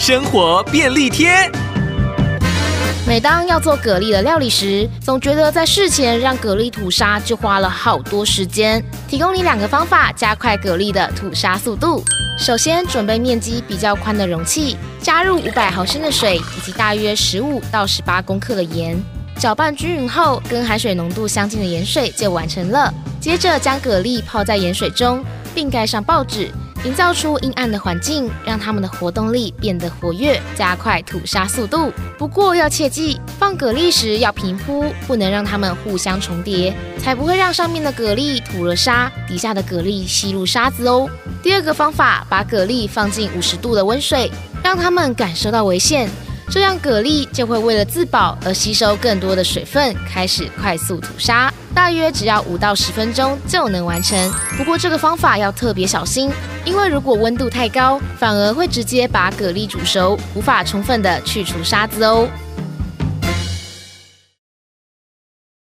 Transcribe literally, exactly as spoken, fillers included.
生活便利贴。 每当要做蛤蜊的料理时，总觉得在事前让蛤蜊吐沙就花了好多时间。提供你两个方法，加快蛤蜊的吐沙速度。首先，准备面积比较宽的容器，加入五百毫升的水以及大约十五到十八公克的盐，搅拌均匀后，跟海水浓度相近的盐水就完成了。接着将蛤蜊泡在盐水中，并盖上报纸，营造出阴暗的环境，让它们的活动力变得活跃，加快吐沙速度。不过要切记，放蛤蜊时要平铺，不能让它们互相重叠，才不会让上面的蛤蜊吐了沙，底下的蛤蜊吸入沙子哦。第二个方法，把蛤蜊放进五十度的温水，让它们感受到危险，这样蛤蜊就会为了自保而吸收更多的水分，开始快速吐沙。大约只要五到十分钟就能完成。不过这个方法要特别小心，因为如果温度太高，反而会直接把蛤蜊煮熟，无法充分的去除沙子哦。